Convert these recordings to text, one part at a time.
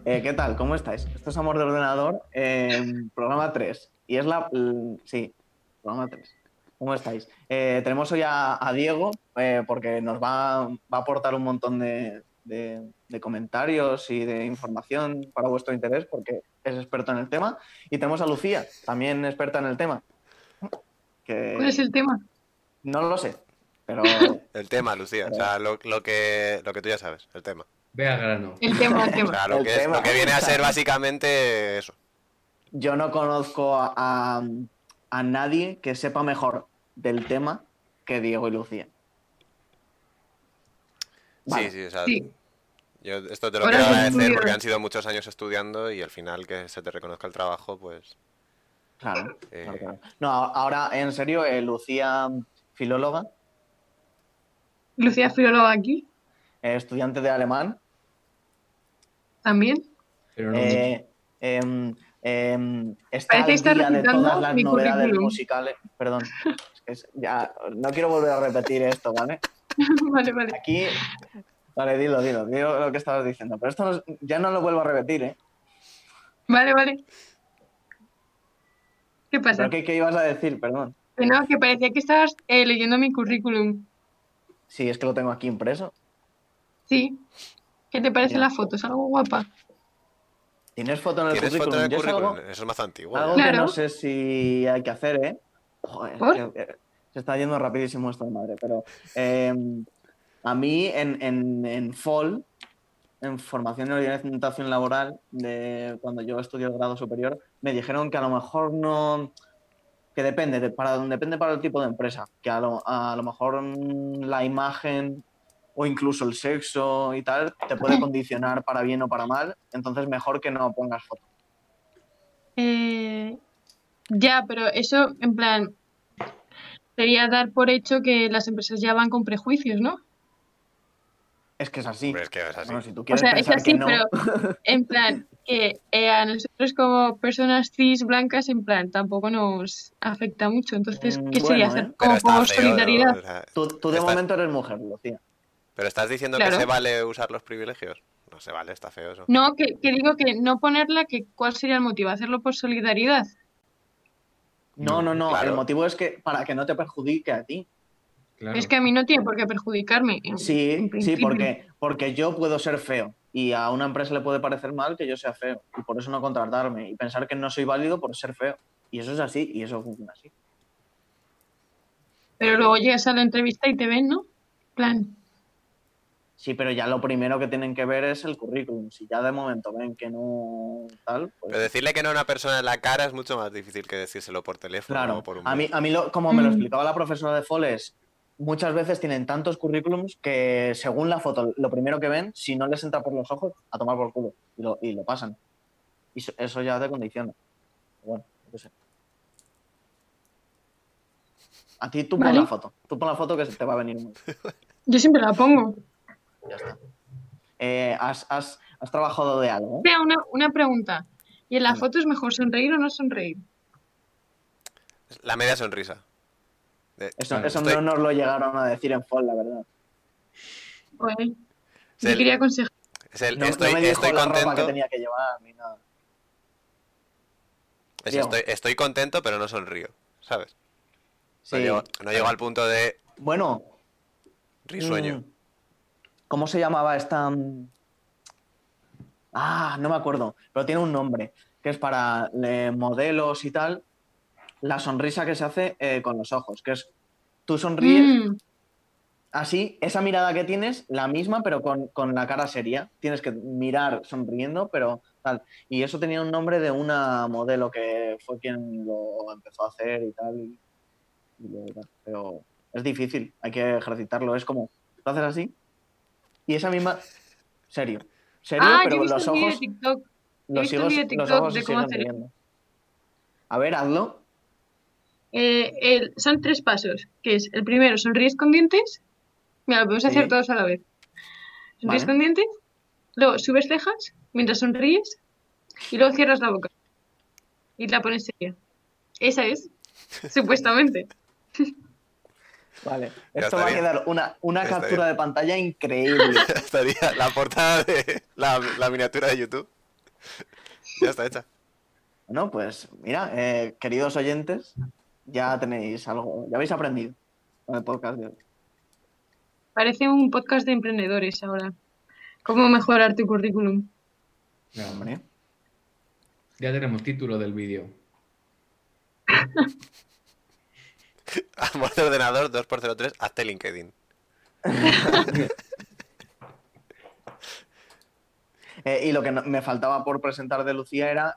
¿Qué tal? ¿Cómo estáis? Esto es Amor de Ordenador, programa 3. Y es sí, programa 3. ¿Cómo estáis? Tenemos hoy a Diego, porque nos va a aportar un montón de comentarios y de información para vuestro interés, porque es experto en el tema. Y tenemos a Lucía, también experta en el tema, ¿Cuál es que el tema? no lo sé, pero, El tema, Lucía. O pero sea, lo que tú ya sabes, el tema. Ve al grano. El tema, el O tema. sea, el lo tema. que viene O a sea, ser básicamente eso. yo no conozco a nadie que sepa mejor del tema que Diego y Lucía. Sí, Vale. sí, o sea, Sí, yo esto te lo quiero horas de agradecer estudio. porque han sido muchos años estudiando y al final que se te reconozca el trabajo, pues... Claro, eh, claro. No, ahora en serio, Lucía, filóloga, Lucía Filóloga aquí, estudiante de alemán, también. Pero no mucho. está Parece que al estás día de todas recitando las mi novedades currículum. musicales. Perdón, ya no quiero volver a repetir esto, ¿vale? Vale, vale. Aquí, vale, dilo lo que estabas diciendo, pero esto ya no lo vuelvo a repetir, ¿eh? Vale, vale. ¿Qué ¿Pero pasa? qué ibas a decir? Perdón. Que no, que parecía que estabas leyendo mi currículum. Sí, es que lo tengo aquí impreso. Sí. ¿Qué te parece Mira, la foto? ¿Es algo guapa? ¿tienes foto en el ¿Tienes foto en currículum? el Yo es currículum? Eso es más antiguo ya. algo que no Claro. sé si hay que hacer, ¿eh? Joder, ¿Por? se está yendo rapidísimo esto de madre, pero eh, a mí en FOL, en Formación y Orientación Laboral, de cuando yo estudié el grado superior, me dijeron que a lo mejor no, que depende, depende para el tipo de empresa, que a lo mejor la imagen o incluso el sexo y tal te puede condicionar para bien o para mal, entonces mejor que no pongas foto. Eh, ya, pero eso, en plan, sería dar por hecho que las empresas ya van con prejuicios, ¿no? Es que es así. Hombre, es que es así. Bueno, si tú O quieres sea, es pensar que así, pero no, en plan, que a nosotros como personas cis blancas, en plan, tampoco nos afecta mucho. Entonces, ¿qué sería bueno, hacer? ¿eh? Pero Como está por feo, ¿no? solidaridad. O sea, Tú de momento eres mujer, Lucía. pero estás diciendo que se Claro. vale usar los privilegios. No se vale, está feo eso. No, que digo que no ponerla, que ¿cuál sería el motivo? ¿Hacerlo por solidaridad? No. El Claro, motivo es que para que no te perjudique a ti. Claro. Es que a mí no tiene por qué perjudicarme, en Sí, principio. porque yo puedo ser feo y a una empresa le puede parecer mal que yo sea feo y por eso no contratarme y pensar que no soy válido por ser feo. Y eso es así y eso funciona así. Pero luego llegas a la entrevista y te ven, ¿no? En plan, Sí, pero ya lo primero que tienen que ver es el currículum. Si ya de momento ven que no tal, pues pero decirle que no a una persona en la cara es mucho más difícil que decírselo por teléfono o claro. por un A mí, mail. como me lo mm, explicaba la profesora de Foles, muchas veces tienen tantos currículums que según la foto, lo primero que ven, si no les entra por los ojos, a tomar por culo y lo pasan. Y eso ya te condiciona. Bueno, yo qué sé. A ti tú pon vale. la foto. Tú pon la foto que se te va a venir muy. Yo siempre la pongo. Ya está. ¿Has trabajado de algo? Vea, una pregunta. ¿Y en la Venga. foto es mejor sonreír o no sonreír? La media sonrisa. Eso Estoy- no nos lo llegaron a decir en FOL, la verdad. Pues, es yo quería aconsejar. No estoy, me dijo estoy la ropa que contento. tenía que llevar ni nada. Estoy, Diego. estoy contento, pero no sonrío, ¿sabes? Sí. No llego al punto de Bueno, risueño. ¿cómo se llamaba esta? No me acuerdo, pero tiene un nombre, que es para modelos y tal, la sonrisa que se hace con los ojos, que es tú sonríes Mm, así, esa mirada que tienes, la misma, pero con la cara seria. Tienes que mirar sonriendo, pero tal. Y eso tenía un nombre de una modelo que fue quien lo empezó a hacer y tal. Y luego tal. Pero es difícil, hay que ejercitarlo. Es como, lo haces así y esa misma... Serio, yo he pero visto los un vídeo de ojos, TikTok. He visto un vídeo de los TikTok ojos se de cómo siguen hacer eso. riendo. A ver, hazlo. Son 3 pasos, que es el primero, sonríes con dientes. Mira, lo podemos hacer Sí, todos a la vez. Sonríes vale. con dientes, luego subes cejas mientras sonríes y luego cierras la boca y la pones seria. Esa es, supuestamente. Vale, Ya esto va a estaría. quedar una Ya captura estaría. de pantalla increíble. Estaría la portada de la miniatura de YouTube. Ya está hecha. Bueno, pues mira, queridos oyentes, ya tenéis algo, ya habéis aprendido con el podcast de hoy. Parece un podcast de emprendedores ahora. ¿Cómo mejorar tu currículum? Claro. Hombre. Ya tenemos título del vídeo. Amor de ordenador 2x03, hazte LinkedIn. Y lo que me faltaba por presentar de Lucía era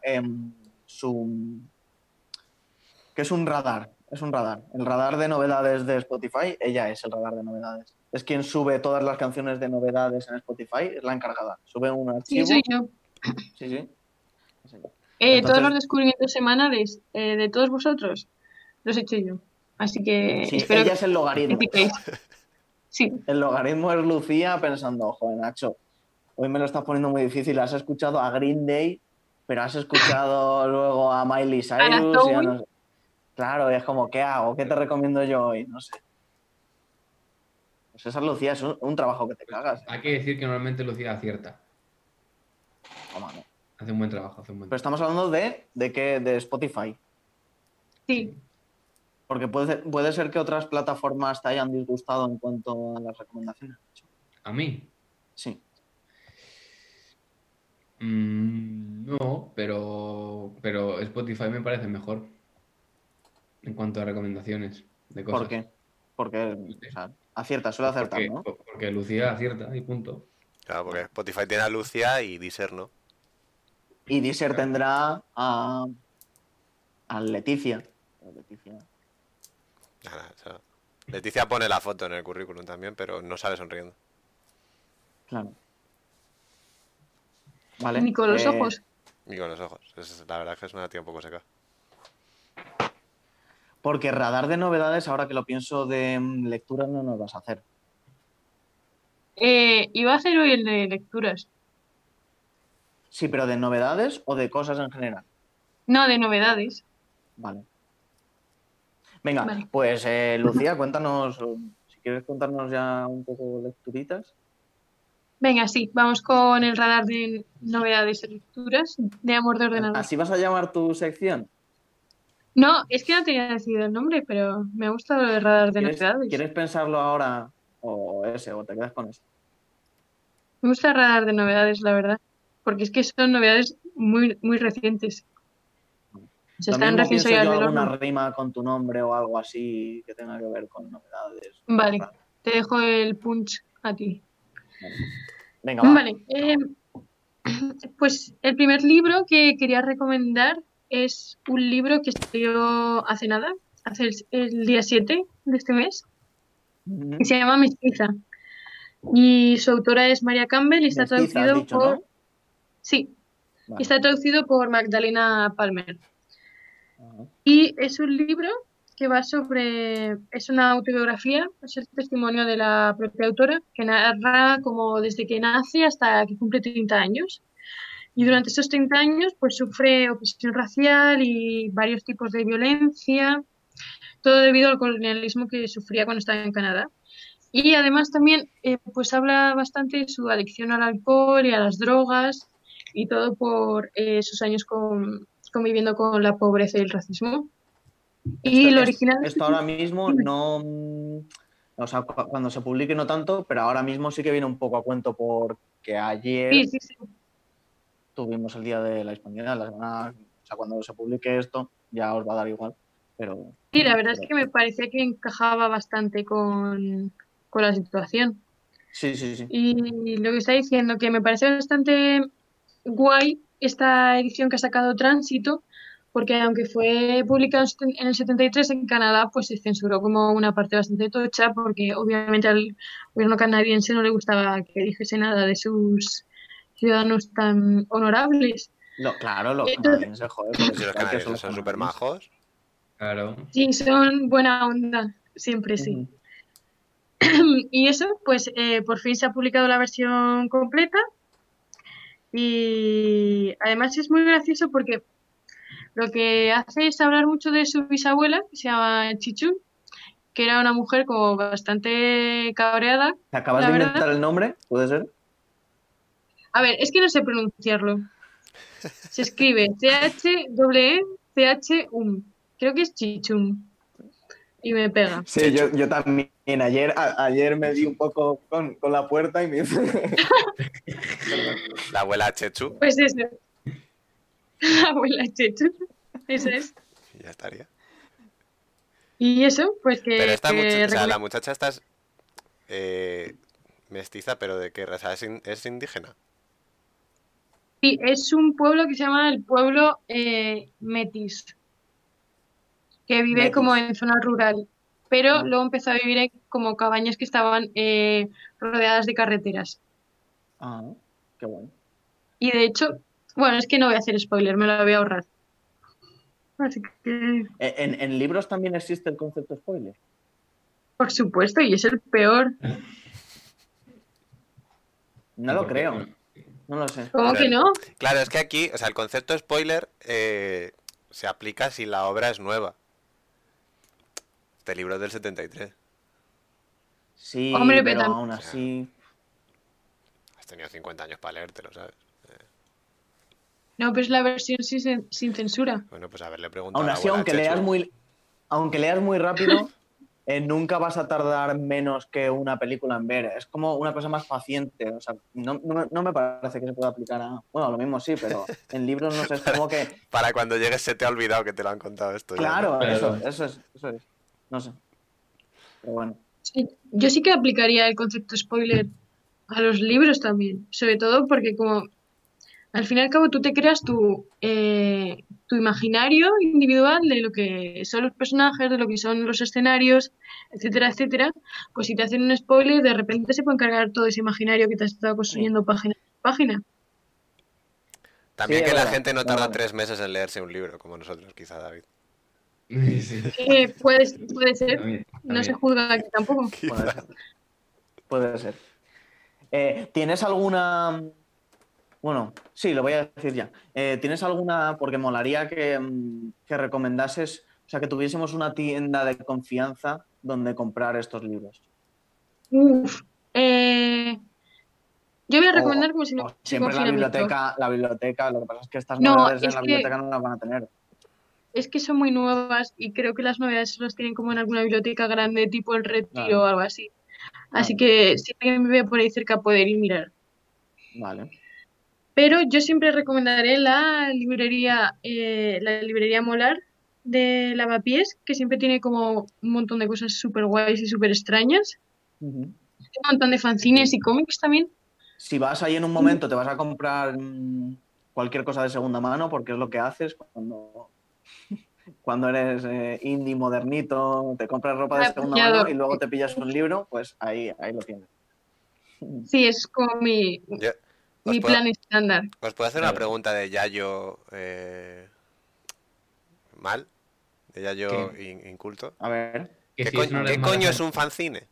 que es un radar. Es un radar. El radar de novedades de Spotify, ella es el radar de novedades. Es quien sube todas las canciones de novedades en Spotify, es la encargada. Sube un Sí, archivo. soy yo. Sí, sí. Sí. Todos Entonces, los descubrimientos semanales de todos vosotros los he hecho yo. Así que sí, espero ella que es el logaritmo. piquéis. Sí. El logaritmo es Lucía pensando, joder, Nacho, hoy me lo estás poniendo muy difícil. Has escuchado a Green Day, pero has escuchado luego a Miley Ana Cyrus. Y a Zoe. no sé. Claro, es como, ¿qué hago? ¿Qué te recomiendo yo hoy? No sé. Pues esa Lucía es un trabajo que te cagas. Hay que decir que normalmente Lucía acierta. Toma, no. Hace un buen trabajo, hace un buen Pero trabajo. estamos hablando de Spotify. Sí. Porque puede ser que otras plataformas te hayan disgustado en cuanto a las recomendaciones. ¿A mí? Sí. No, pero Spotify me parece mejor en cuanto a recomendaciones de cosas. ¿Por qué? Porque o sea, acierta, suele acertar, ¿no? Porque Lucía acierta y punto. Claro, porque Spotify tiene a Lucia y Deezer no. Y Deezer tendrá a Leticia. Nada, o sea, Leticia pone la foto en el currículum también, pero no sale sonriendo. Claro. Vale. Ni con los ojos. Ni con los ojos. La verdad es que es una tía un poco seca. Porque radar de novedades, ahora que lo pienso de lecturas, no nos vas a hacer. Iba a hacer hoy el de lecturas. Sí, pero ¿de novedades o de cosas en general? No, de novedades. Vale. Venga, Vale. pues Lucía, cuéntanos, si quieres contarnos ya un poco lecturitas. Venga, sí, vamos con el radar de novedades de lecturas de amor de ordenador. ¿Así vas a llamar tu sección? No, es que no tenía decidido el nombre, pero me ha gustado el radar de novedades. ¿Quieres pensarlo ahora o te quedas con eso? Me gusta el radar de novedades, la verdad. Porque es que son novedades muy, muy recientes. Se Lo están mismo recién pienso salidas yo del alguna horno. rima con tu nombre o algo así que tenga que ver con novedades. Vale, te dejo el punch a ti. Venga, va. Vale, pues el primer libro que quería recomendar es un libro que salió hace nada, hace el día 7 de este mes, que se llama Mestiza. Y su autora es María Campbell y está Mestiza, has traducido dicho, por... ¿no? Sí, Vale. está traducido por Magdalena Palmer. Ajá. Y es un libro que va sobre... Es una autobiografía, es el testimonio de la propia autora, que narra como desde que nace hasta que cumple 30 años. Y durante esos 30 años pues sufre opresión racial y varios tipos de violencia, todo debido al colonialismo que sufría cuando estaba en Canadá. Y además también pues habla bastante de su adicción al alcohol y a las drogas y todo por sus años conviviendo con la pobreza y el racismo. Y lo original Esto ahora mismo no... O sea, cuando se publique no tanto, pero ahora mismo sí que viene un poco a cuento porque ayer Sí. tuvimos el Día de la Hispanidad. O sea, cuando se publique esto ya os va a dar igual. Pero Sí, la verdad es que me parecía que encajaba bastante con la situación. sí. Y lo que está diciendo, que me parece bastante guay esta edición que ha sacado Tránsito, porque aunque fue publicado en el 73 en Canadá, pues se censuró como una parte bastante tocha, porque obviamente al gobierno canadiense no le gustaba que dijese nada de sus ciudadanos tan honorables. Claro, los Entonces, canadienses, joder, porque Si los igual que canadienses son súper majos. Claro. sí, son buena onda, siempre sí. Y eso, pues por fin se ha publicado la versión completa y además es muy gracioso porque lo que hace es hablar mucho de su bisabuela, que se llama Chichu, que era una mujer como bastante cabreada. ¿Te acabas la de verdad. inventar el nombre? ¿Puede ser? A ver, es que no sé pronunciarlo. Se escribe CHCHUM. Creo que es Chichum. Y me pega. Sí, yo también. Ayer me di un poco con la puerta y me hice... La abuela Chechu, Pues eso. La abuela Chechu. Esa es. y ya estaría. Y eso, pues que... Pero esta muchacha, o sea, recomiendo- la muchacha esta es mestiza, pero ¿de qué raza? ¿Es indígena? Sí, es un pueblo que se llama el pueblo Metis, que vive como Metis. en zona rural, pero Ah. luego empezó a vivir en como cabañas que estaban rodeadas de carreteras. Ah, qué bueno. Y de hecho, bueno, es que no voy a hacer spoiler, me lo voy a ahorrar. Así que, ¿En libros también existe el concepto spoiler? por supuesto, y es el peor. No lo creo. No lo sé. ¿Cómo Pero que no? Claro, es que aquí, o sea, el concepto spoiler se aplica si la obra es nueva. Este libro es del 73. Sí, Hombre, pero pero aún así... Has tenido 50 años para leértelo, ¿sabes? no, pero es la versión sin censura. Bueno, pues haberle preguntado Aún a la así, abuela Chechu. aunque leas muy rápido, nunca vas a tardar menos que una película en ver. Es como una cosa más paciente. O sea, no me parece que se pueda aplicar a... Bueno, lo mismo sí, pero en libros no sé, es como que... Para cuando llegues se te ha olvidado que te lo han contado esto ya, ¿no? Claro, Claro. eso es. No sé. Pero bueno. Sí, yo sí que aplicaría el concepto spoiler a los libros también, sobre todo porque como al fin y al cabo tú te creas tu imaginario individual de lo que son los personajes, de lo que son los escenarios, etcétera, etcétera, pues si te hacen un spoiler, de repente se puede cargar todo ese imaginario que te has estado construyendo página por página. También Sí, que es la verdad. gente no Vale, tarda vale. 3 meses en leerse un libro, como nosotros, quizá, David. Sí, Puede ser, también, no se también. juzga aquí tampoco. Puede Quizá. ser. Puede ser. ¿Tienes alguna... Bueno, sí, lo voy a decir ya. ¿Tienes alguna... Porque molaría que recomendases, o sea, que tuviésemos una tienda de confianza donde comprar estos libros. Uf, yo voy a O, recomendar como si no o hubiese siempre confinamiento. la biblioteca, lo que pasa es que estas No, novedades en la biblioteca no las van a tener. es que son muy nuevas y creo que las novedades solo las tienen como en alguna biblioteca grande, tipo el Retiro Claro, o algo así. Así claro. que siempre que me vea por ahí cerca poder ir mirar. Vale. Pero yo siempre recomendaré la librería Molar de Lavapiés, que siempre tiene como un montón de cosas súper guays y súper extrañas. Ujú. Un montón de fanzines y cómics también. Si vas ahí en un momento, te vas a comprar cualquier cosa de segunda mano, porque es lo que haces cuando eres indie, modernito, te compras ropa de segunda mano y Apreciado. luego te pillas un libro, pues ahí lo tienes. Sí, es como Yo- ¿os mi puedo, plan estándar. os puedo hacer una Claro. pregunta de Yayo mal? De Yayo ¿Qué? inculto. A ver. Que ¿Qué, si es una qué red coño es mala- un fanzine?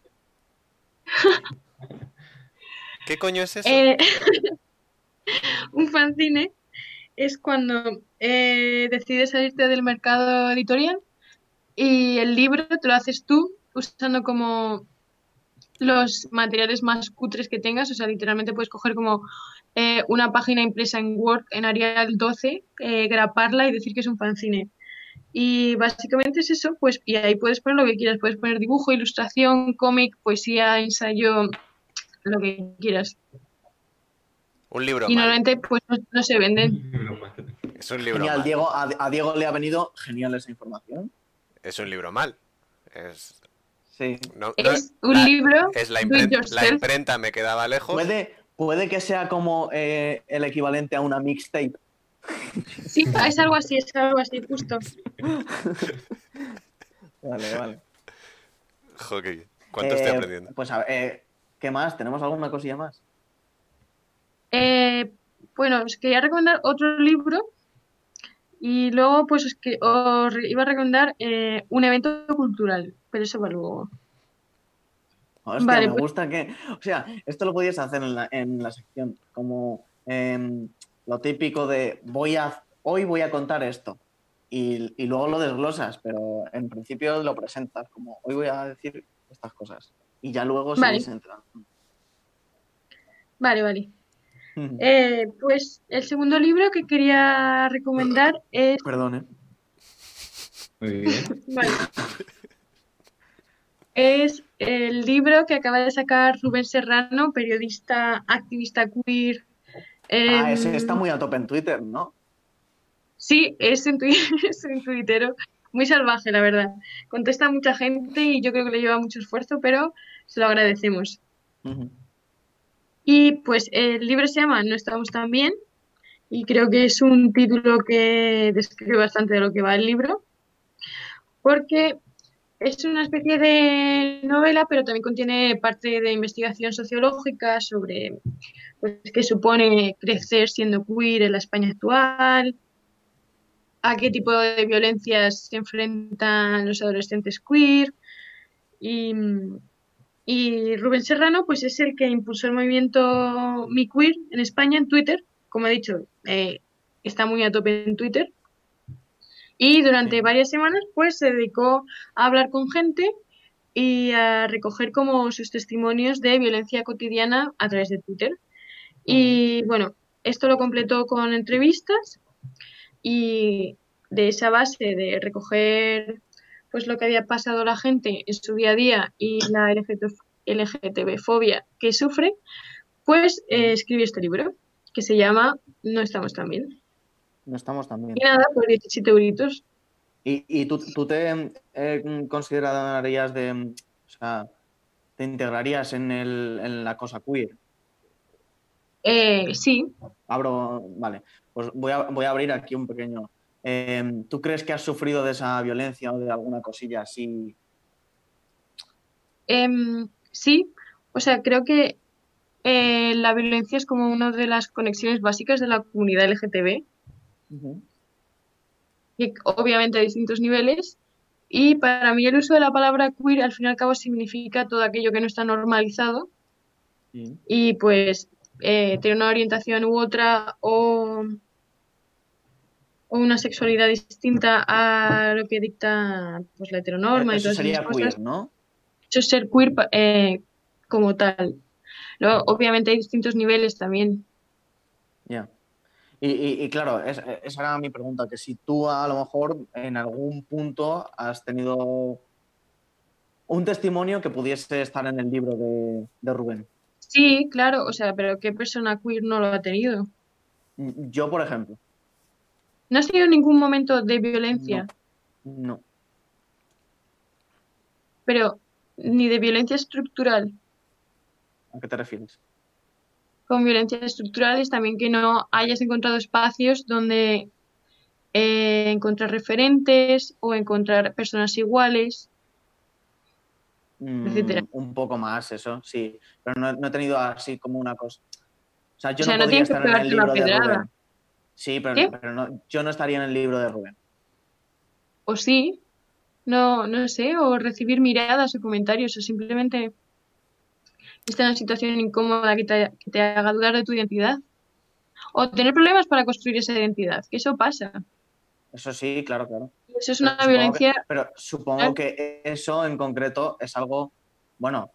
¿Qué coño es eso? Eh, un fanzine es cuando decides salirte del mercado editorial y el libro te lo haces tú usando como los materiales más cutres que tengas. O sea, literalmente puedes coger como una página impresa en Word en Arial 12, graparla y decir que es un fanzine. Y básicamente es eso, pues, y ahí puedes poner lo que quieras. Puedes poner dibujo, ilustración, cómic, poesía, ensayo, lo que quieras. Un libro Y mal. normalmente, pues, no se venden. Es un libro Genial, mal. Diego. A Diego le ha venido genial esa información. Es un libro mal. Es, Sí. Es un libro es la, do it la yourself. imprenta me quedaba lejos. Puede que sea como el equivalente a una mixtape. Sí, es algo así, justo. Vale. Joder, ¿cuánto estoy aprendiendo? Pues a ver, ¿qué más? ¿Tenemos alguna cosilla más? Bueno, os quería recomendar otro libro y luego pues iba a recomendar un evento cultural, pero eso va luego. Hostia, Vale, me pues gusta que... O sea, esto lo podías hacer en la sección, como lo típico de hoy voy a contar esto y luego lo desglosas, pero en principio lo presentas como hoy voy a decir estas cosas y ya luego vale, seguís entrando. vale. Pues el segundo libro que quería recomendar es... Perdón, ¿eh? Muy bien. Vale. Es el libro que acaba de sacar Rubén Serrano, periodista, activista queer. Ah, ese está Em, muy a tope en Twitter, ¿no? sí, es un, es un tuitero muy salvaje, la verdad. Contesta a mucha gente y yo creo que le lleva mucho esfuerzo, pero se lo agradecemos. Ujú. Y pues el libro se llama No estamos tan bien y creo que es un título que describe bastante de lo que va el libro, porque es una especie de novela, pero también contiene parte de investigación sociológica sobre pues, qué supone crecer siendo queer en la España actual, a qué tipo de violencias se enfrentan los adolescentes queer. Y, y Rubén Serrano pues es el que impulsó el movimiento Mi Queer en España en Twitter. Como he dicho, está muy a tope en Twitter. Y durante Sí. varias semanas pues se dedicó a hablar con gente y a recoger como sus testimonios de violencia cotidiana a través de Twitter. Ujú. Y bueno, esto lo completó con entrevistas y de esa base de recoger pues lo que había pasado la gente en su día a día y la LGTB fobia que sufre, pues Ujú. escribí este libro que se llama No estamos tan bien. No estamos tan Y bien. nada, por 17 euritos. ¿Y tú te considerarías o sea, te integrarías en la cosa queer? Sí, Vale, pues voy a abrir aquí un pequeño. ¿Tú crees que has sufrido de esa violencia o de alguna cosilla así? sí, o sea, creo que la violencia es como una de las conexiones básicas de la comunidad LGTB, Ujú. que obviamente hay distintos niveles. Y para mí el uso de la palabra queer al fin y al cabo significa todo aquello que no está normalizado Sí. y pues tener una orientación u otra o una sexualidad distinta a lo que dicta pues la heteronorma y Eso todas esas sería cosas. queer, ¿no? Eso es ser queer como tal. Luego, obviamente hay distintos niveles también. Ya. Y claro, esa era mi pregunta, que si tú a lo mejor en algún punto has tenido un testimonio que pudiese estar en el libro de Rubén. Sí, claro, o sea, pero ¿qué persona queer no lo ha tenido? Yo, por ejemplo, No has tenido ningún momento de no, violencia, no. pero ni de violencia estructural. ¿A qué te refieres? Con violencias estructurales también que no hayas encontrado espacios donde encontrar referentes o encontrar personas iguales, etcétera. Un poco más, eso, sí. Pero no he tenido así como una cosa. O sea, O yo no sea, no podría tienes que estar en el pegarte una libro de pedrada. Rubén. Sí, ¿Qué? pero no, yo no estaría en el libro de Rubén. O sí, no, no sé, o recibir miradas o comentarios, o simplemente estar en una situación incómoda que te haga dudar de tu identidad. O tener problemas para construir esa identidad, que eso pasa. Eso sí, claro, claro. Y eso es una violencia. Pero supongo que eso en concreto es algo, bueno,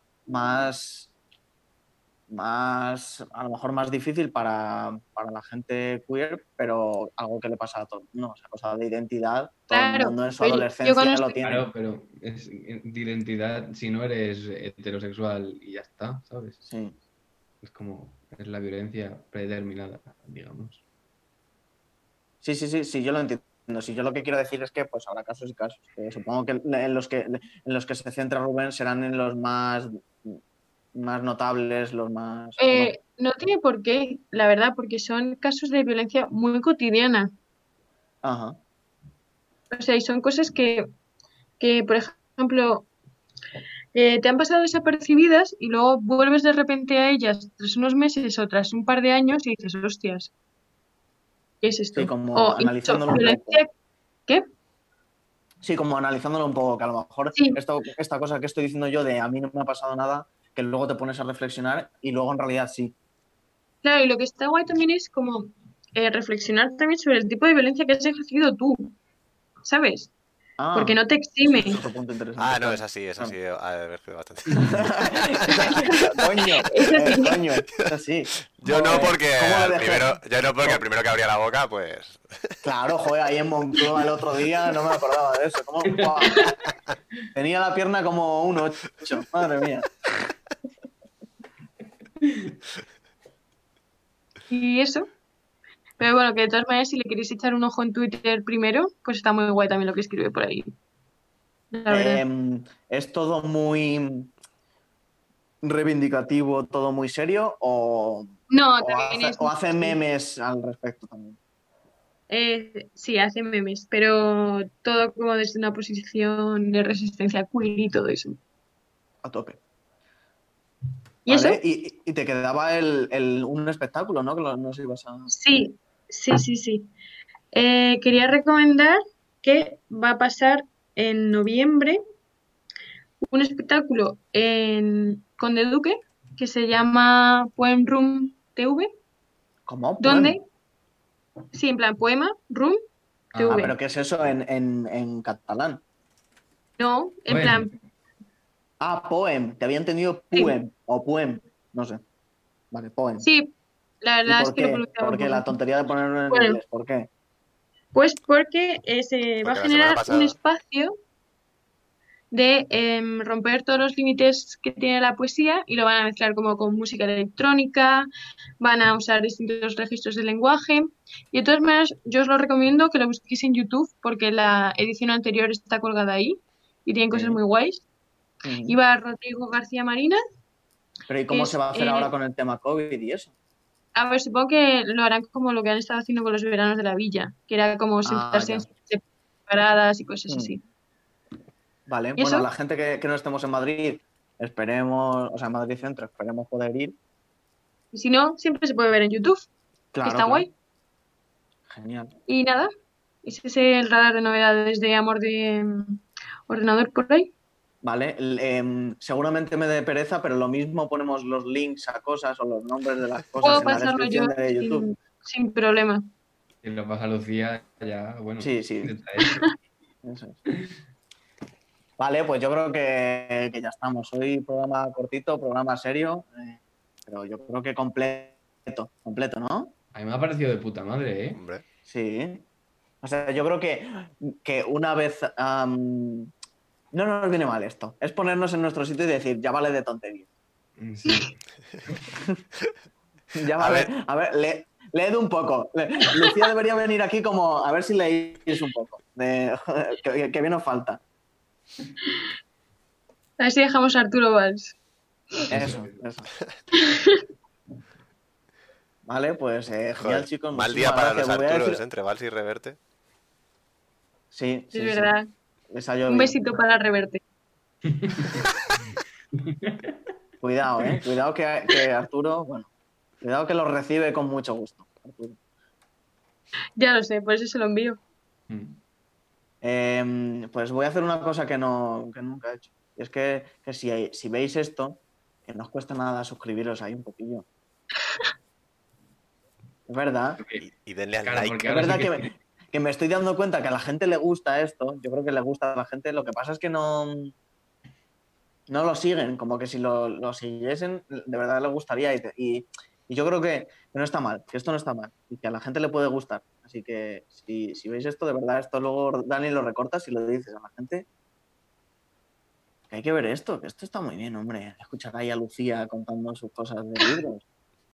más, a lo mejor más difícil para la gente queer, pero algo que le pasa a todos, ¿no? O sea, cosa de identidad, todo el Claro, mundo en su pero yo adolescencia lo conozco, tiene. Claro, pero es de identidad si no eres heterosexual y ya está, ¿sabes? Sí. Es como, es la violencia predeterminada, digamos. Sí, sí, sí, sí, yo lo entiendo. Si yo lo que quiero decir es que pues habrá casos y casos. Que supongo que en los que se centra Rubén serán en los más notables, los más, ¿o no? no tiene por qué, la verdad, porque son casos de violencia muy cotidiana. Ajá. O sea, y son cosas que por ejemplo, te han pasado desapercibidas y luego vuelves de repente a ellas tras unos meses o tras un par de años y dices, hostias, ¿qué es Sí, esto? como O incluso analizándolo un poco. violencia, ¿qué? Sí, como analizándolo un poco, que a lo mejor Sí, esta cosa que estoy diciendo yo de a mí no me ha pasado nada, que luego te pones a reflexionar y luego en realidad sí. claro, y lo que está guay también es como reflexionar también sobre el tipo de violencia que has ejercido tú, ¿sabes? Porque no te exime. Es otro punto interesante. Ah, no, claro. es así, es así. A ver, es que bastante. Coño, sí. coño, es así. Yo no Joder, porque ¿cómo lo el dejé? primero, yo no porque el primero que abría la boca, pues. Claro, joder, ahí en Moncloa el otro día no me acordaba de eso. ¿Cómo? ¡Guau! Tenía la pierna como un 8. Madre mía. Y eso. Pero bueno, que de todas maneras, si le queréis echar un ojo en Twitter primero, pues está muy guay también lo que escribe por ahí. La verdad. ¿Es todo muy reivindicativo, todo muy serio No, o también es... hace memes al respecto también? Sí, hace memes, pero todo como desde una posición de resistencia queer y todo eso. A tope. ¿Y eso? Vale, y te quedaba un espectáculo, ¿no? Que no sé si ibas a... Sí, sí, sí, sí. Quería recomendar que va a pasar en noviembre un espectáculo en Conde Duque que se llama Poem Room TV, ¿Cómo? donde, sí, en plan poema, room, Ah, TV. pero ¿qué es eso en catalán? No, en Bueno, plan, Ah, poem. Te había entendido sí, poem o poem. No sé. Vale, poem. sí, la ¿Y verdad es por que lo qué? pronunciaba ¿Por un qué la poco. tontería de ponerlo en Bueno, inglés? ¿Por qué? pues porque se va a Porque la semana generar un pasada. espacio de romper todos los límites que tiene la poesía y lo van a mezclar como con música electrónica, van a usar distintos registros de lenguaje y de todas maneras yo os lo recomiendo que lo busquéis en YouTube porque la edición anterior está colgada ahí y tienen cosas Sí. muy guays. Ujú. Iba Rodrigo García Marina, Pero ¿y que cómo se es, va a hacer ahora con el tema COVID y eso? a ver, supongo que lo harán como lo que han estado haciendo con los veranos de la villa, que era como Ah, sentarse en ya. sillas separadas y cosas Mm. así. Vale. ¿Y Bueno, eso? la gente que no estemos en Madrid, esperemos, o sea, en Madrid Centro, esperemos poder ir. Y si no, siempre se puede ver en YouTube, que Claro, está claro. guay. Genial. Y nada, ese es el radar de novedades de amor de ordenador por ahí. Vale. Seguramente me dé pereza, pero lo mismo ponemos los links a cosas o los nombres de las cosas Puedo en la pasarlo yo descripción de YouTube. sin problema. si lo pasa Lucía, ya, bueno, Sí, sí. ya está hecho. Eso es. Vale, pues yo creo que ya estamos. Hoy programa cortito, programa serio, pero yo creo que completo, ¿no? A mí me ha parecido de puta madre, ¿eh? Hombre. Sí. O sea, yo creo que una vez... no nos viene mal esto. Es ponernos en nuestro sitio y decir, ya vale de tontería. Sí. Ya A vale. ver. A ver, leed un poco. Lucía debería venir aquí como a ver si leéis un poco. Que bien nos falta. A ver si dejamos a Arturo Valls. Eso. Vale, pues genial, Joder, chicos. mal día Muchísimas para gracias. los Voy a Arturos, decir... entre Vals y Reverte. Sí, Es sí, verdad. sí. Les ha Un llovido. besito para Reverte. Cuidado, ¿eh? Cuidado que Arturo, bueno, cuidado que lo recibe con mucho gusto, Arturo. Ya lo sé, por eso se lo envío. Pues voy a hacer una cosa que nunca he hecho. Y es que si veis esto, que no os cuesta nada suscribiros ahí un poquillo. Es verdad. Y denle al Claro, like. porque Es ahora sí verdad que... que me estoy dando cuenta que a la gente le gusta esto. Yo creo que le gusta a la gente. Lo que pasa es que no lo siguen. Como que si lo siguiesen, de verdad les gustaría. Y yo creo que no está mal, que esto no está mal. Y que a la gente le puede gustar. Así que si veis esto, de verdad, esto luego Dani lo recortas y lo dices a la gente. Que hay que ver esto, que esto está muy bien, hombre. Escuchar ahí a Lucía contando sus cosas de libros.